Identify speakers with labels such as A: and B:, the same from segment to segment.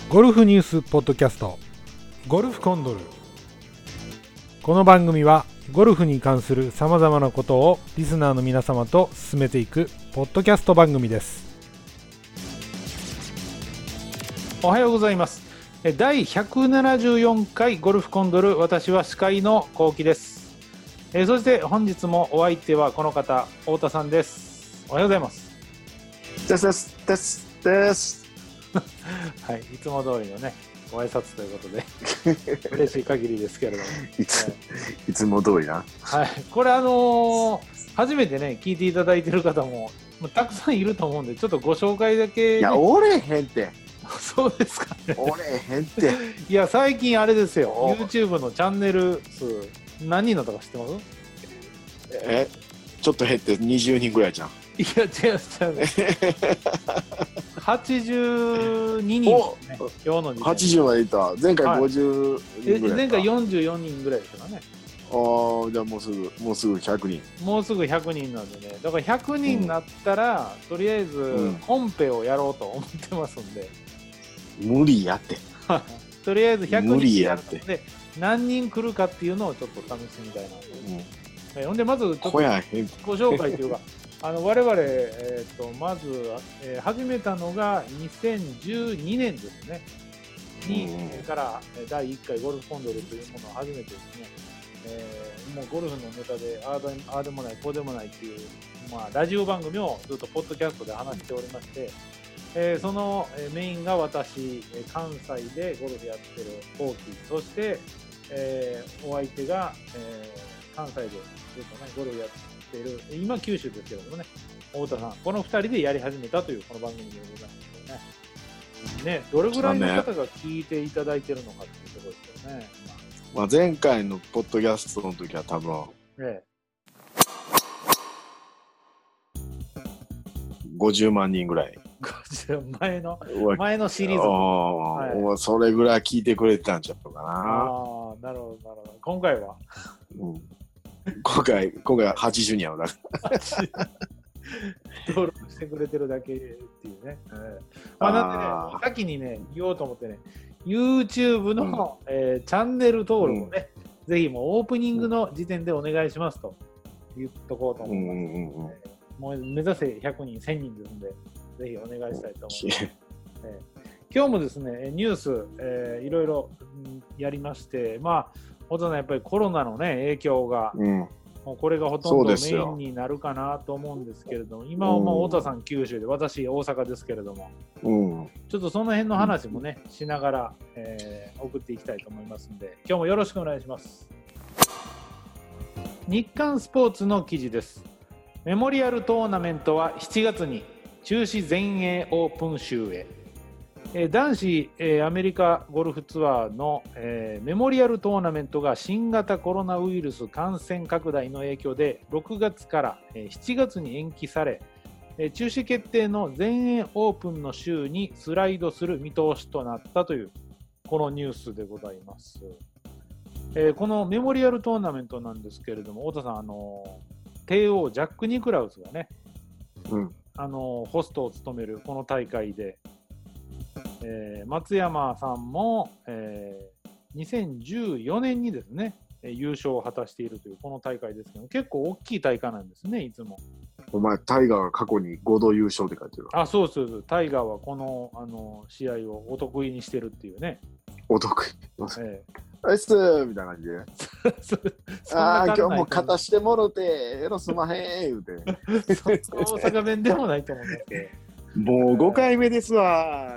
A: ゴルフニュースポッドキャストゴルフコンドル。この番組はゴルフに関するさまざまなことをリスナーの皆様と進めていくポッドキャスト番組です。おはようございます。第174回ゴルフコンドル、私は司会の幸喜です。そして本日もお相手はこの方、太田さんです。おはようございます。
B: です
A: はい、いつも通りのねご挨拶ということで嬉しい限りですけれども
B: いつも通りな。
A: はい、これ初めてね聞いていただいてる方もたくさんいると思うんで、ちょっとご紹介だけ、ね、
B: いやおれへんって
A: そうですかね。
B: おれへんって
A: いや最近あれですよ、 YouTube のチャンネル数何人だったか知ってます？
B: ちょっと減って20人ぐらいじゃん。
A: いや違う82人ですね、今日の時点で。
B: 80までいった。前回50人ぐらい、
A: 前回44人ぐらいですかね。
B: じゃあもうすぐ100人。
A: もうすぐ100人なんでね、だから100人になったら、とりあえず本編をやろうと思ってますんで、
B: 無理やって
A: とりあえず100人やるの
B: 無理や
A: で何人来るかっていうのをちょっと試してみたいなと、ほんでまずちょっとご紹介というか我々、まず、始めたのが2012年ですねに、から第1回ゴルフコンドルというものを始めてですね、もうゴルフのネタでああでもないこうでもないっていう、ラジオ番組をずっとポッドキャストで話しておりまして、そのメインが私、関西でゴルフやってる大木、そして、お相手が、関西でずっとねゴルフやっている、今九州ですけれどもね、太田さん、この2人でやり始めたというこの番組でございますね。どれぐらいの方が聞いていただいているのかっていうところですよね。
B: 前回のポッドキャストの時は多分、50万人ぐらい。
A: 前のシリーズ、
B: はい、それぐらい聞いてくれてたんちゃったかな。
A: なるほどなるほど。今回は、
B: 今回は80人やろだ
A: 登録してくれてるだけっていうね。なんでね、先にね言おうと思ってね、YouTube の、チャンネル登録をね、ぜひもうオープニングの時点でお願いしますと言っとこうと思います。もう目指せ100人1000人ですので、ぜひお願いしたいと思います。今日もですねニュース、いろいろやりまして、ほとんどやっぱりコロナのね影響が、もうこれがほとんどメインになるかなと思うんですけれども、今は太田さん九州で、私大阪ですけれども、ちょっとその辺の話もね、しながら、送っていきたいと思いますので、今日もよろしくお願いします。日刊スポーツの記事です。メモリアルトーナメントは7月に中止全英オープン州へ。男子、アメリカゴルフツアーの、メモリアルトーナメントが新型コロナウイルス感染拡大の影響で6月から、7月に延期され、中止決定の全英オープンの週にスライドする見通しとなったというこのニュースでございます。このメモリアルトーナメントなんですけれども、太田さん、帝王ジャック・ニクラウスがね、ホストを務めるこの大会で、松山さんも、2014年にですね優勝を果たしているというこの大会ですけど、結構大きい大会なんですね。いつも
B: お前タイガーが過去に5度優勝って書いてる。
A: そうそう、タイガーはこの、試合をお得意にしてるっていうね。
B: お得意あいつみたいな感じで今日も勝たしてもろてすまへん言うて
A: 大阪弁でもないと思うんですけど
B: もう5回目ですわ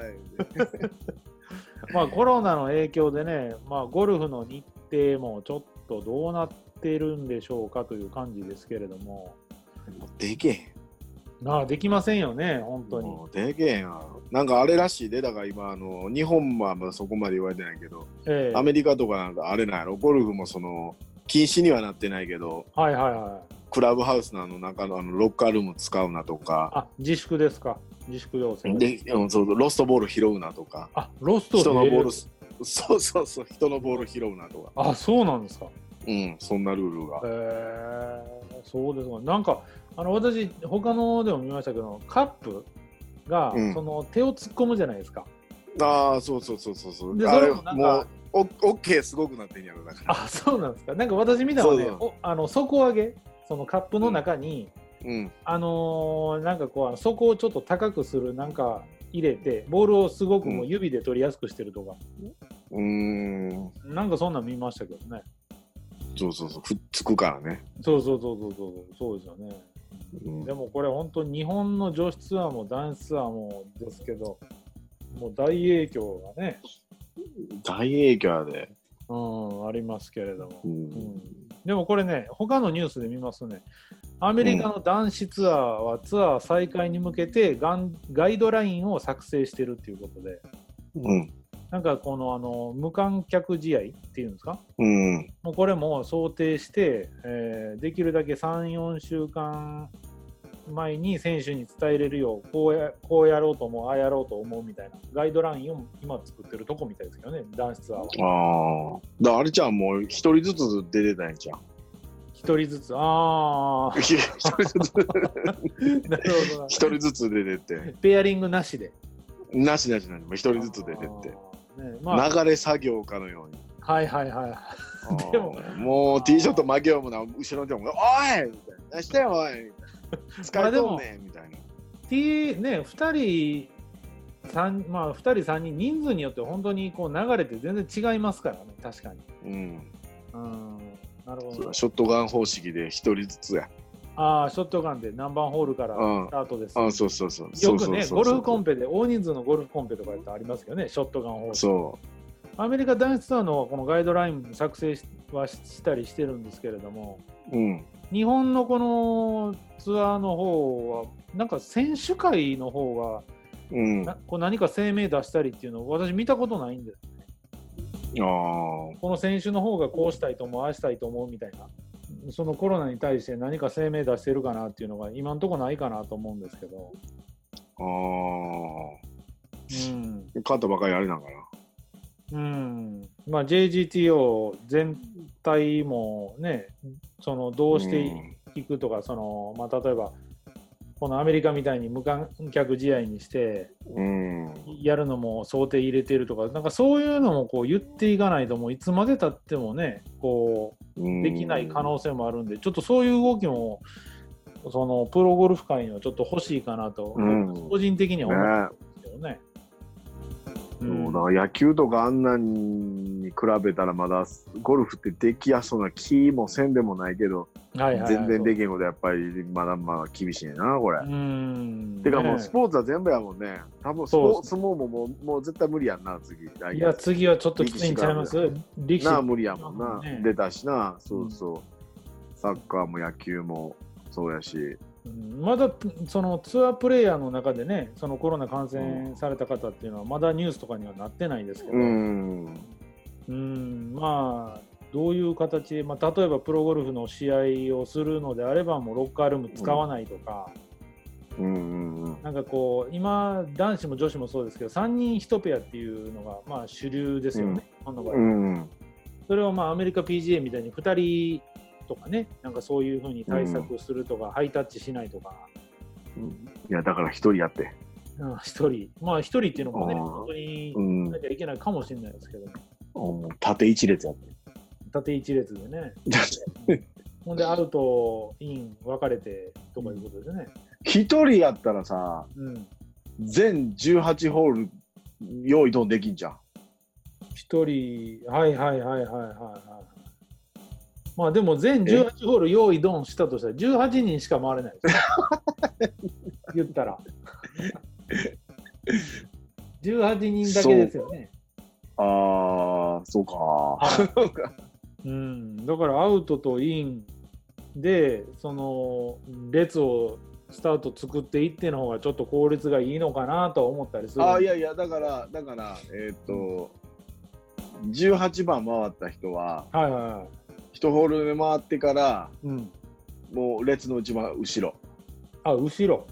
A: コロナの影響でね、ゴルフの日程もちょっとどうなってるんでしょうかという感じですけれども、
B: でけへん。
A: できませんよね、本当に。
B: でけへんわ。なんかあれらしいで、だから今日本はまだそこまで言われてないけど、アメリカとかなんかあれなんやろ、ゴルフも禁止にはなってないけど、クラブハウスの中のロッカールーム使うなとか。
A: 自粛ですか。自粛要請
B: で、ロストボール拾うなとか。
A: ロスト
B: 人のボール、そう人のボール拾うなとか。
A: そうなんですか。
B: そんなルールが。
A: そうですか。なんか私他のでも見ましたけど、カップが、その手を突っ込むじゃないですか。
B: ああ、そう。で、あれもうオッケーすごくなってんやろだから。
A: あ、そうなんですか。なんか私見たのね、底上げ、そのカップの中に、なんかこう底をちょっと高くするなんか入れて、ボールをすごくもう指で取りやすくしてるとか。なんかそんなん見ましたけどね。
B: そうくっつくからね。
A: そうですよね。でもこれ本当日本の女子ツアーも男子ツアーもですけど、もう大影響がね。
B: 大影響やで。
A: ありますけれども。でもこれね、他のニュースで見ますとね、アメリカの男子ツアーはツアー再開に向けてガイドラインを作成してるっていうことで、なんかこの無観客試合っていうんですか、もうこれも想定して、できるだけ3、4週間前に選手に伝えれるようこうやろうと思う、ああやろうと思うみたいなガイドラインを今作ってるとこみたいですけどね、男子ツアー
B: は。あれじゃん、もう一人ずつ出てたんやじゃん。
A: 一人ずつ、一
B: 人ずつなるほど、一人ずつ出てって、
A: ペアリングなしで、
B: なし、もう一人ずつ出てって、流れ作業かのように。でももうティーショット負けようもな、後ろの手も「おい!」みたいな「何してんおい!」みたいな「使い込んねん」みたいな。
A: 2人3人人数によって本当にこう流れて全然違いますからね、確かに。なるほど。
B: ショットガン方式で一人ずつや。
A: ショットガンで何番ホールからスタートです。
B: そう。
A: よくね、ゴルフコンペで大人数のゴルフコンペとかやったらありますけどね、ショットガン方式。アメリカ男子ツアーのこのガイドライン作成はしたりしてるんですけれども、日本のこのツアーの方はなんか選手会の方が、こう何か声明出したりっていうのを私見たことないんですね。この選手の方がこうしたいと思う、ああしたいと思うみたいな、そのコロナに対して何か声明出してるかなっていうのが今のところないかなと思うんですけど。
B: 勝ったばかりあれなんかな。
A: JGTO 全体もね、そのどうしていくとか、例えばこのアメリカみたいに無観客試合にしてやるのも想定入れてるとか、なんかそういうのもこう言っていかないと、もういつまでたってもね、こうできない可能性もあるんで、ちょっとそういう動きもそのプロゴルフ界にはちょっと欲しいかなと、個人的には思ってるんですけどね。
B: だから野球とかあんなんに比べたらまだゴルフってできやすそうな気もせんでもないけど、全然できんことやっぱりまだまだ厳しいなこれ。てかもうスポーツは全部やもんね。多分相撲ももう絶対無理やんな次。
A: いや次はちょっときついんちゃいます？
B: 力士な無理やもんな、出たしな。そうサッカーも野球もそうやし。
A: まだそのツアープレイヤーの中でね、そのコロナ感染された方っていうのはまだニュースとかにはなってないんですけど、まあどういう形で、例えばプロゴルフの試合をするのであればもうロッカールーム使わないとか、なんかこう今男子も女子もそうですけど3人1ペアっていうのが主流ですよね、それをアメリカ PGA みたいに2人とかね、なんかそういうふうに対策するとか、ハイタッチしないとか。
B: いやだから一人やって。
A: 一人っていうのもね、本当になきゃいけないかもしれないですけど、
B: 縦一列やって。
A: 縦一列でね。ほんでアウトイン分かれてとかいうことでね。
B: 一人やったらさ、全18ホール用意ドンできんじゃん。
A: 一人、でも全18ホール用意ドンしたとしたら18人しか回れないです言ったら18人だけですよね。
B: そうか。
A: だからアウトとインでその列をスタート作っていっての方がちょっと効率がいいのかなと思ったりする。
B: いやだから18番回った人は、1ホール目回ってから、もう列の一番後ろ。
A: 後ろ。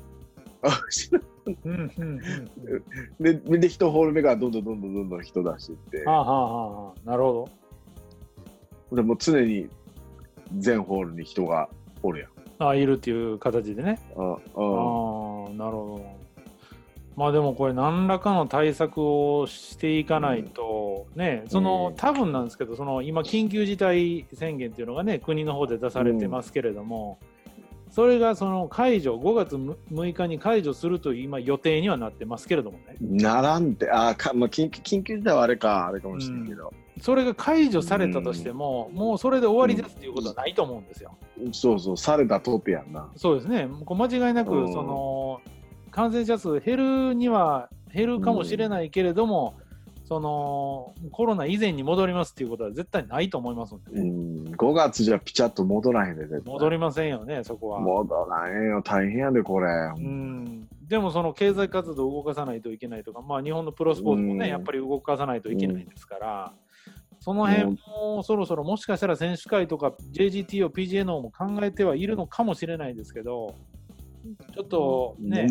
B: で1ホール目からどんどん人出していって。なる
A: ほど。
B: でもう常に全ホールに人がおるやん。
A: いるっていう形でね。なるほど。 まあでもこれ何らかの対策をしていかないとね、多分なんですけど、今緊急事態宣言っていうのがね国の方で出されてますけれども、それが解除5月6日に解除するという今予定にはなってますけれどもね。
B: 並んで緊急事態はあれかもしれないけど、
A: それが解除されたとしても、もうそれで終わりですっていうことはないと思うんですよ。
B: そうされたとてやんな。
A: そうですね。間違いなく感染者数減るには減るかもしれないけれども、コロナ以前に戻りますっていうことは絶対ないと思いますので、ね。
B: 5月じゃピチャッと戻らへんで、絶対
A: 戻りませんよね、そこは。
B: 戻らへんよ、大変やで、これ。
A: でも経済活動を動かさないといけないとか、日本のプロスポーツもね、やっぱり動かさないといけないですから、その辺もそろそろもしかしたら選手会とか JGTO、PGNO も考えてはいるのかもしれないですけど、ちょっとね、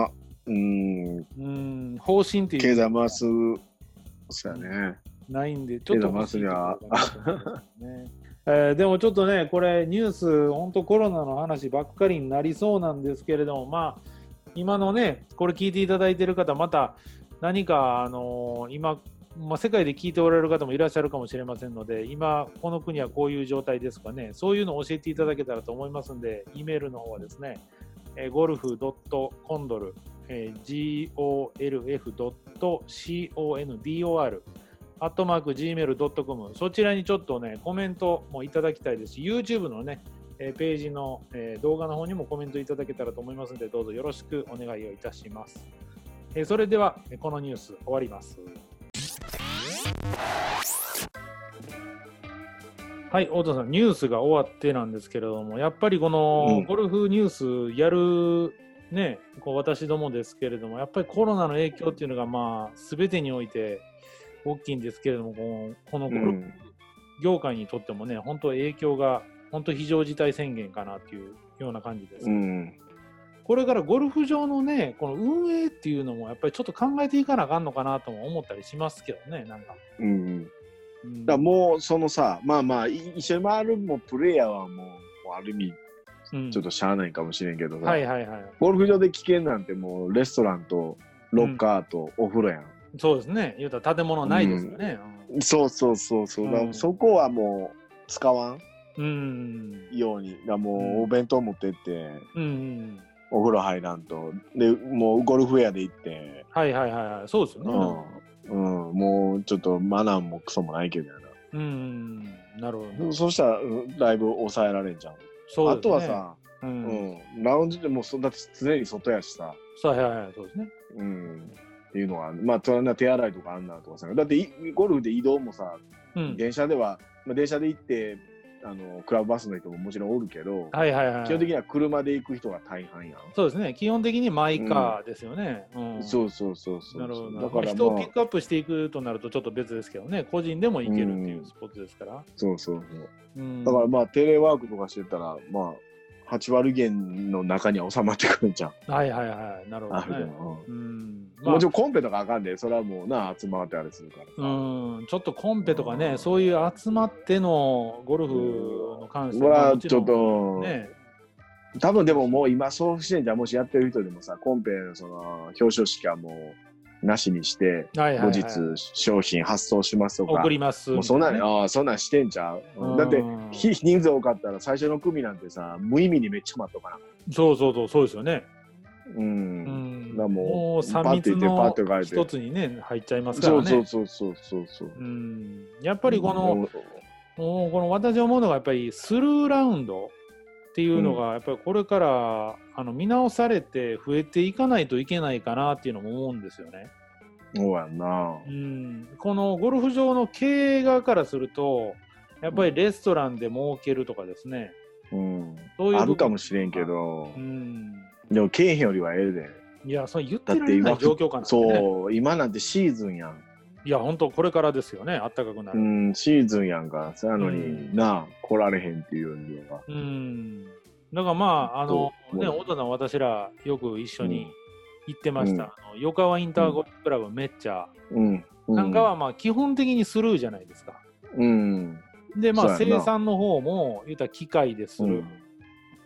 A: 方針っていう
B: 経済回す、そうやね。
A: ないんで、ちょっと欲しいところがね。でもちょっとね、これニュース、本当コロナの話ばっかりになりそうなんですけれども、今のね、これ聞いていただいている方、また何か、今、世界で聞いておられる方もいらっしゃるかもしれませんので、今、この国はこういう状態ですかね、そういうのを教えていただけたらと思いますので、Eメールの方はですね、golf.condor golf.condor@gmail.com そちらにちょっとねコメントもいただきたいですし YouTube のねページの動画の方にもコメントいただけたらと思いますのでどうぞよろしくお願いをいたします。それではこのニュース終わります。はい、太田さんニュースが終わってなんですけれどもやっぱりこのゴルフニュースやるね、私どもですけれどもやっぱりコロナの影響っていうのが全てにおいて大きいんですけれどもこのゴルフ業界にとってもね本当影響が本当非常事態宣言かなっていうような感じです、これからゴルフ場のねこの運営っていうのもやっぱりちょっと考えていかなあかんのかなとも思ったりしますけどねなんか。
B: だもうそのさ一緒に回るもプレイヤーはもうある意味ちょっとしゃあないかもしれんけどさ、ゴルフ場で危険なんてもうレストランとロッカーとお風呂やん、
A: そうですね言うたら建物ないですからね、
B: そう、だからそこはもう使わん、ようにだもうお弁当持ってって、お風呂入らんとでもうゴルフウェアで行って
A: そうですよね、
B: もうちょっとマナーもクソもないけどや
A: な。なるほど。
B: そしたらだいぶ抑えられんじゃん。あとはさ、ラウンジでもだって常に外やしさ。
A: そうですね。
B: っていうのは、そんな手洗いとかあんなとかさ。だってゴルフで移動もさ、電車で行ってクラブバスの人ももちろんおるけど、基本的には車で行く人が大半やん。
A: そうですね。基本的にマイカーですよね。
B: そう。
A: なるほど。だから人をピックアップしていくとなるとちょっと別ですけどね。個人でも行けるっていうスポーツですから。
B: そう。だからテレワークとかしてたら8割減の中には収まってくるんじゃん。
A: なるほどね。
B: もちろんコンペとかあかんで、それはもう集まってあれするからさ。
A: ちょっとコンペとかね、そういう集まってのゴルフの関しては
B: ちょっとね、多分でももう今そうしてんじゃん、もしやってる人でもさ、コンペの表彰式はもうなしにして、後日商品発送しますとか、
A: 送ります。
B: もうそんなんしてんちゃう。だって人数多かったら最初の組なんてさ、無意味にめっちゃ待っとかな。
A: そうですよね。
B: もう
A: 3密の一つにね入っちゃいますからね。
B: そう。
A: やっぱりこの私思うのがやっぱりスルーラウンドっていうのがやっぱりこれから見直されて増えていかないといけないかなっていうのも思うんですよね。
B: そうやんな。
A: このゴルフ場の経営側からするとやっぱりレストランで儲けるとかですね。
B: そういうあるかもしれんけど。でも経営よりはええで。
A: いや、そう言ってられない状況かな、ね。
B: そう、今なんてシーズンやん。
A: いや、本当これからですよね、あったかくなる。
B: シーズンやんか。そうやのに来られへんっていうのが。
A: だから太田さん、私らよく一緒に行ってました。横川インターゴルフクラブめっちゃ。なんかは基本的にスルーじゃないですか。で、生産の方も言ったら機械でする。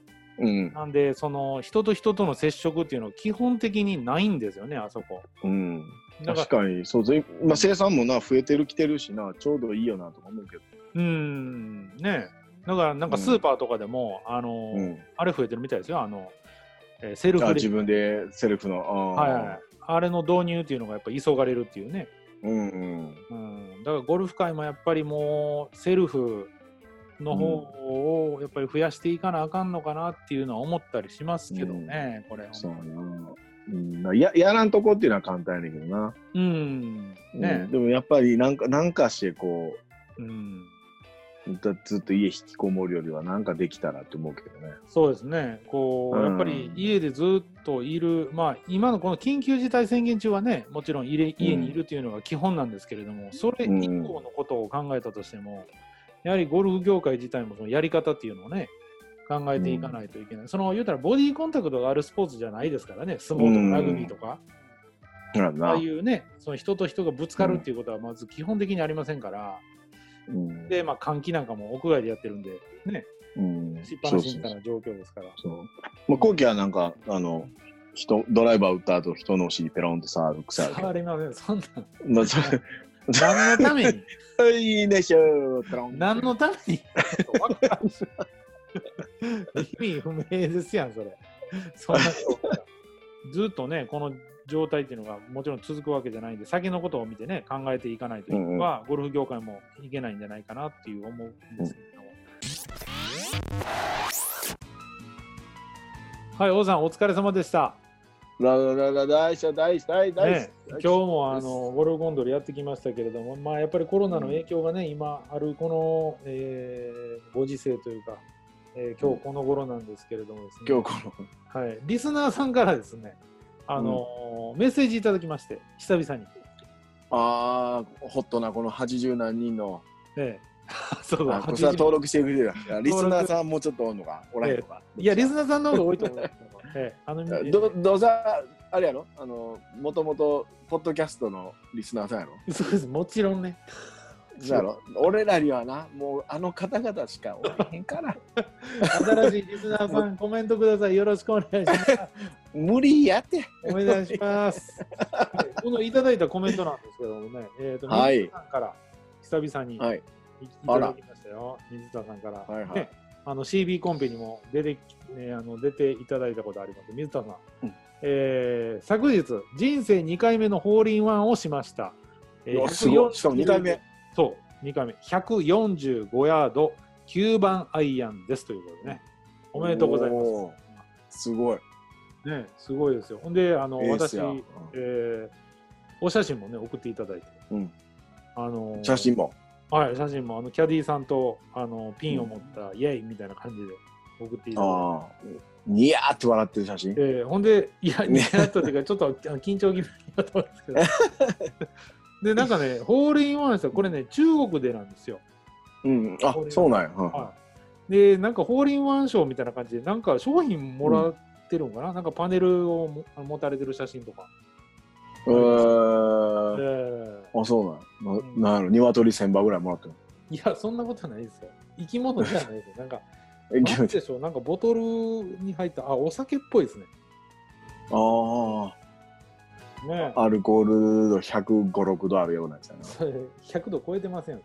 B: うん、
A: なんでその人と人との接触っていうのは基本的にないんですよね、あそこ。
B: うん、確かにそうです、まあ、生産もな増えてるきてるしな、ちょうどいいよなとか思うけど。
A: ね。だからなんかスーパーとかでも、あれ増えてるみたいですよ、セルフで。
B: 自分でセルフの。
A: はい。あれの導入っていうのがやっぱ急がれるっていうね。だからゴルフ界もやっぱりもうセルフの方をやっぱり増やしていかなあかんのかなっていうのは思ったりしますけどね、これ。
B: そうな。やらんとこっていうのは簡単やねんけどな。
A: ね。
B: でもやっぱりなんかしてこう、ずっと家引きこもるよりはなんかできたらって思うけどね。
A: そうですね。こう、やっぱり家でずっといる、まあ今のこの緊急事態宣言中はね、もちろん家にいるというのが基本なんですけれども、それ以降のことを考えたとしても、やはりゴルフ業界自体もそのやり方っていうのをね、考えていかないといけない。その言うたらボディーコンタクトがあるスポーツじゃないですからね、相撲とかラグビーとか。ああいうね、その人と人がぶつかるっていうことはまず基本的にありませんから。で、まあ、換気なんかも屋外でやってるんで、ね、しっぱなしみたいな状況ですから。
B: まあ、後期はなんか、ドライバー打った後、人のお尻ペロンって触る癖ある。
A: 触りません、そんな。何のために
B: いいでしょ、
A: 何のために意味不明ですやん、それ。そんなずっとね、この状態っていうのがもちろん続くわけじゃないんで、先のことを見てね、考えていかないといけないのは、ゴルフ業界もいけないんじゃないかなっていう思うんですけども。はい、王さん、お疲れ様でした。
B: 今
A: 日もゴルフゴンドルやってきましたけれども、まあ、やっぱりコロナの影響がね、今あるこの、ご時世というか、今日この頃なんですけれどもですね、はい、リスナーさんからですね、メッセージいただきまして、久々に。
B: ホットなこの80何人の。
A: そうだ。
B: こちら登録してくれる。リスナーさんもうちょっとおんのか、おらんのか。
A: いや、リスナーさんの方が多いと思う。
B: どうせあれやろ、もともとポッドキャストのリスナーさんやろ。
A: そうです、もちろんね。
B: 俺らにはな、もうあの方々しかおれへんから。
A: 新しいリスナーさん、コメントください。よろしくお願いします。
B: 無理やって。
A: お願いします。このいただいたコメントなんですけどもね、水田さんから久々にいただきましたよ。水田さんから。CB コンペにも出ていただいたことあります。水田さん。昨日、人生2回目のホールインワンをしました。
B: すごい。しかも2回目。
A: そう、2回目。145ヤード、9番アイアンですということでね。おめでとうございます。
B: すごい。
A: ね、すごいですよ。ほんで、私、お写真もね、送っていただいて。
B: 写真も。
A: はい、写真も、キャディーさんと、ピンを持った、イェイみたいな感じで送っていただいて。
B: ニヤーって笑ってる写真。
A: ほんで、いや、ニヤーっとっていうか、ちょっと緊張気味だと思うんですけど。で、なんかね、ホールインワンですよ。これね、中国でなんですよ。
B: そうなんや。
A: で、なんかホールインワンショーみたいな感じで、なんか商品もらってるのかな、なんかパネルを持たれてる写真とか。
B: そうなん。鶏1000羽ぐらいもらってる。
A: いや、そんなことないですよ。生き物じゃないですよ。なんか、なんでしょう、なんかボトルに入った、お酒っぽいですね。ね、
B: アルコール度105、6度あるようなやつやな。
A: それ100度超えてませんよ。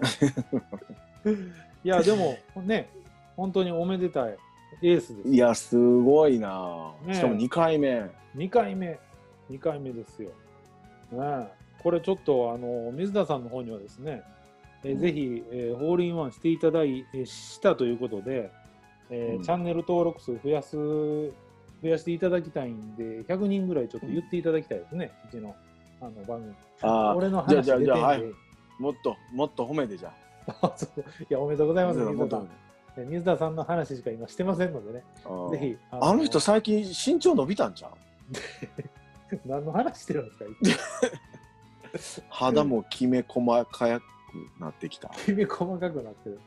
A: いや、でもね、本当におめでたいエースです。
B: いや、すごいな、しかも2回目。
A: 2回目ですよ。ね、これちょっと水田さんの方にはですね、ぜひ、ホールインワンしていただしたということで、チャンネル登録数増やしていただきたいんで、100人ぐらいちょっと言っていただきたいですね、うちの番組。俺の話出てんで。
B: もっと褒めてじゃ
A: あ。いや、おめでとうございます、水田さん。水田さんの話しか今してませんのでね。ぜひ。
B: あの人最近身長伸びたんちゃう？
A: 何の話してるん
B: ですか？肌もきめ細かくなってきた。
A: きめ細かくなってる。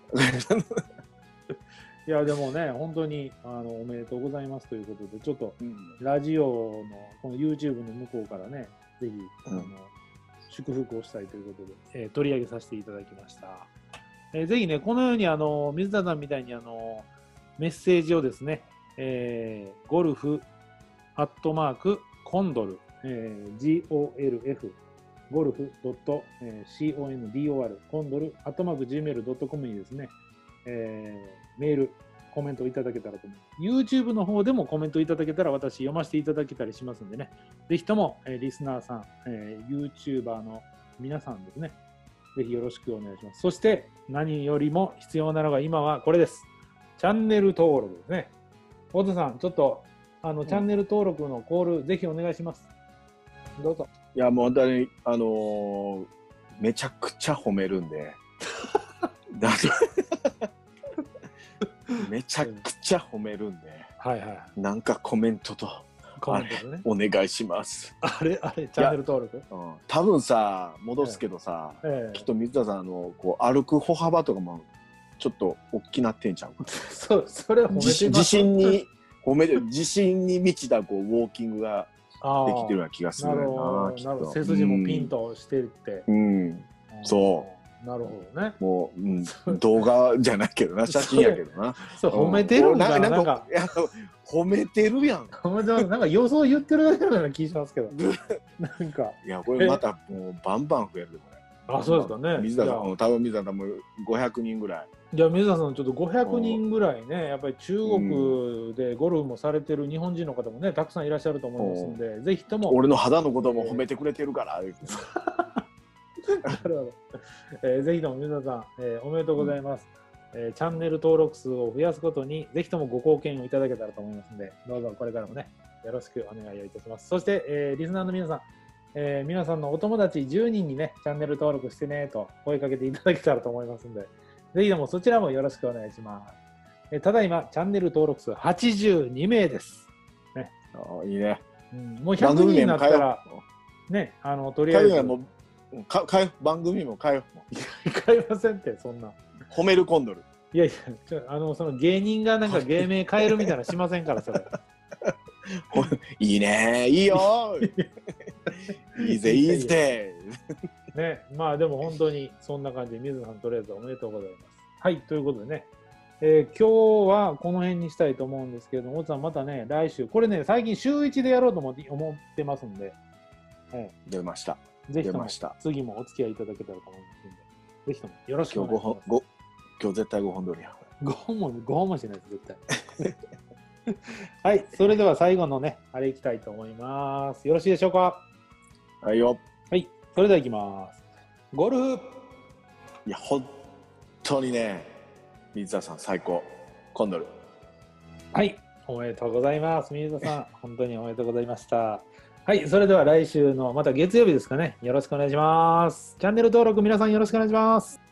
A: いや、でもね、本当におめでとうございますということで、ちょっとラジオのこの YouTube の向こうからね、ぜひ祝福をしたいということで、取り上げさせていただきました。ぜひね、このように水田さんみたいにメッセージをですね、 ゴルフアットマークコンドル、GOLF ゴルフ .CONDOR コンドルアットマーク Gmail.com にですね、メールコメントいただけたらと思います。YouTube の方でもコメントいただけたら私読ませていただけたりしますんでね、ぜひとも、リスナーさん、YouTuber の皆さんですね、ぜひよろしくお願いします。そして何よりも必要なのが今はこれです。チャンネル登録ですね。太田さん、ちょっとチャンネル登録のコール、ぜひお願いします。どうぞ。
B: いや、もう本当に、めちゃくちゃ褒めるんで。めちゃくちゃ褒めるんで。はいはい。なんかコメントと、ね、お願いします。
A: あれ、チャンネル登録？
B: 多分さ、戻すけどさ、きっと水田さんこう歩く歩幅とかもちょっと大きなってんちゃうか。
A: それは褒めてます。
B: 自信に満ちたウォーキングができてるような気がするな。
A: なるほど。背筋もピンとしてるって。
B: そう。
A: なるほどね。
B: もう、動画じゃないけどな、写真やけどな。
A: そう、褒めてるんだ
B: なんか褒めてるやん。
A: なんか予想言ってるだけのような気しますけど。なんか。
B: いや、これまたもうバンバン増えるで、これ。
A: あ、そうですかね。
B: 水田さん、多分水田さんも500人ぐらい。
A: いや、水田さん、ちょっと500人ぐらいね、やっぱり中国でゴルフもされてる日本人の方もね、たくさんいらっしゃると思いますんで、ぜひとも。
B: 俺の肌のことも褒めてくれてるから。
A: なるほど。ぜひとも水田さん、おめでとうございます。チャンネル登録数を増やすことに、ぜひともご貢献をいただけたらと思いますので、どうぞこれからもね、よろしくお願いをいたします。そして、リスナーの皆さん、皆さんのお友達10人にね、チャンネル登録してねと声かけていただけたらと思いますので、ぜひともそちらもよろしくお願いします。ただいま、チャンネル登録数82名です。ね、
B: いいね。
A: もう100人になったら、ね、とりあえず。
B: 番組も変えよ
A: う。変えませんって、そんな。
B: 褒めるコンドル。
A: いやいや、その芸人がなんか芸名変えるみたいなしませんから、それ。
B: いいね、いいよ。いいぜ、いいぜ。
A: ね、まあでも本当にそんな感じで、水野さんとりあえずおめでとうございます。はい、ということでね、今日はこの辺にしたいと思うんですけれども、大津さんまたね、来週、これね、最近週1でやろうと思ってますんで、
B: 出ました。
A: ぜひとも次もお付き合いいただけたらと思いますので、ぜひともよろしくお願いします。
B: 今日絶対5本撮りや。
A: 5本もしないです、絶対。はい、それでは最後のね、あれいきたいと思います。よろしいでしょうか？
B: はいよ。
A: はい、それではいきます。ゴルフ。
B: いや、本当にね、水田さん最高。コンドル。
A: はい、おめでとうございます。水田さん、本当におめでとうございました。はい、それでは来週のまた月曜日ですかね、よろしくお願いします。チャンネル登録皆さんよろしくお願いします。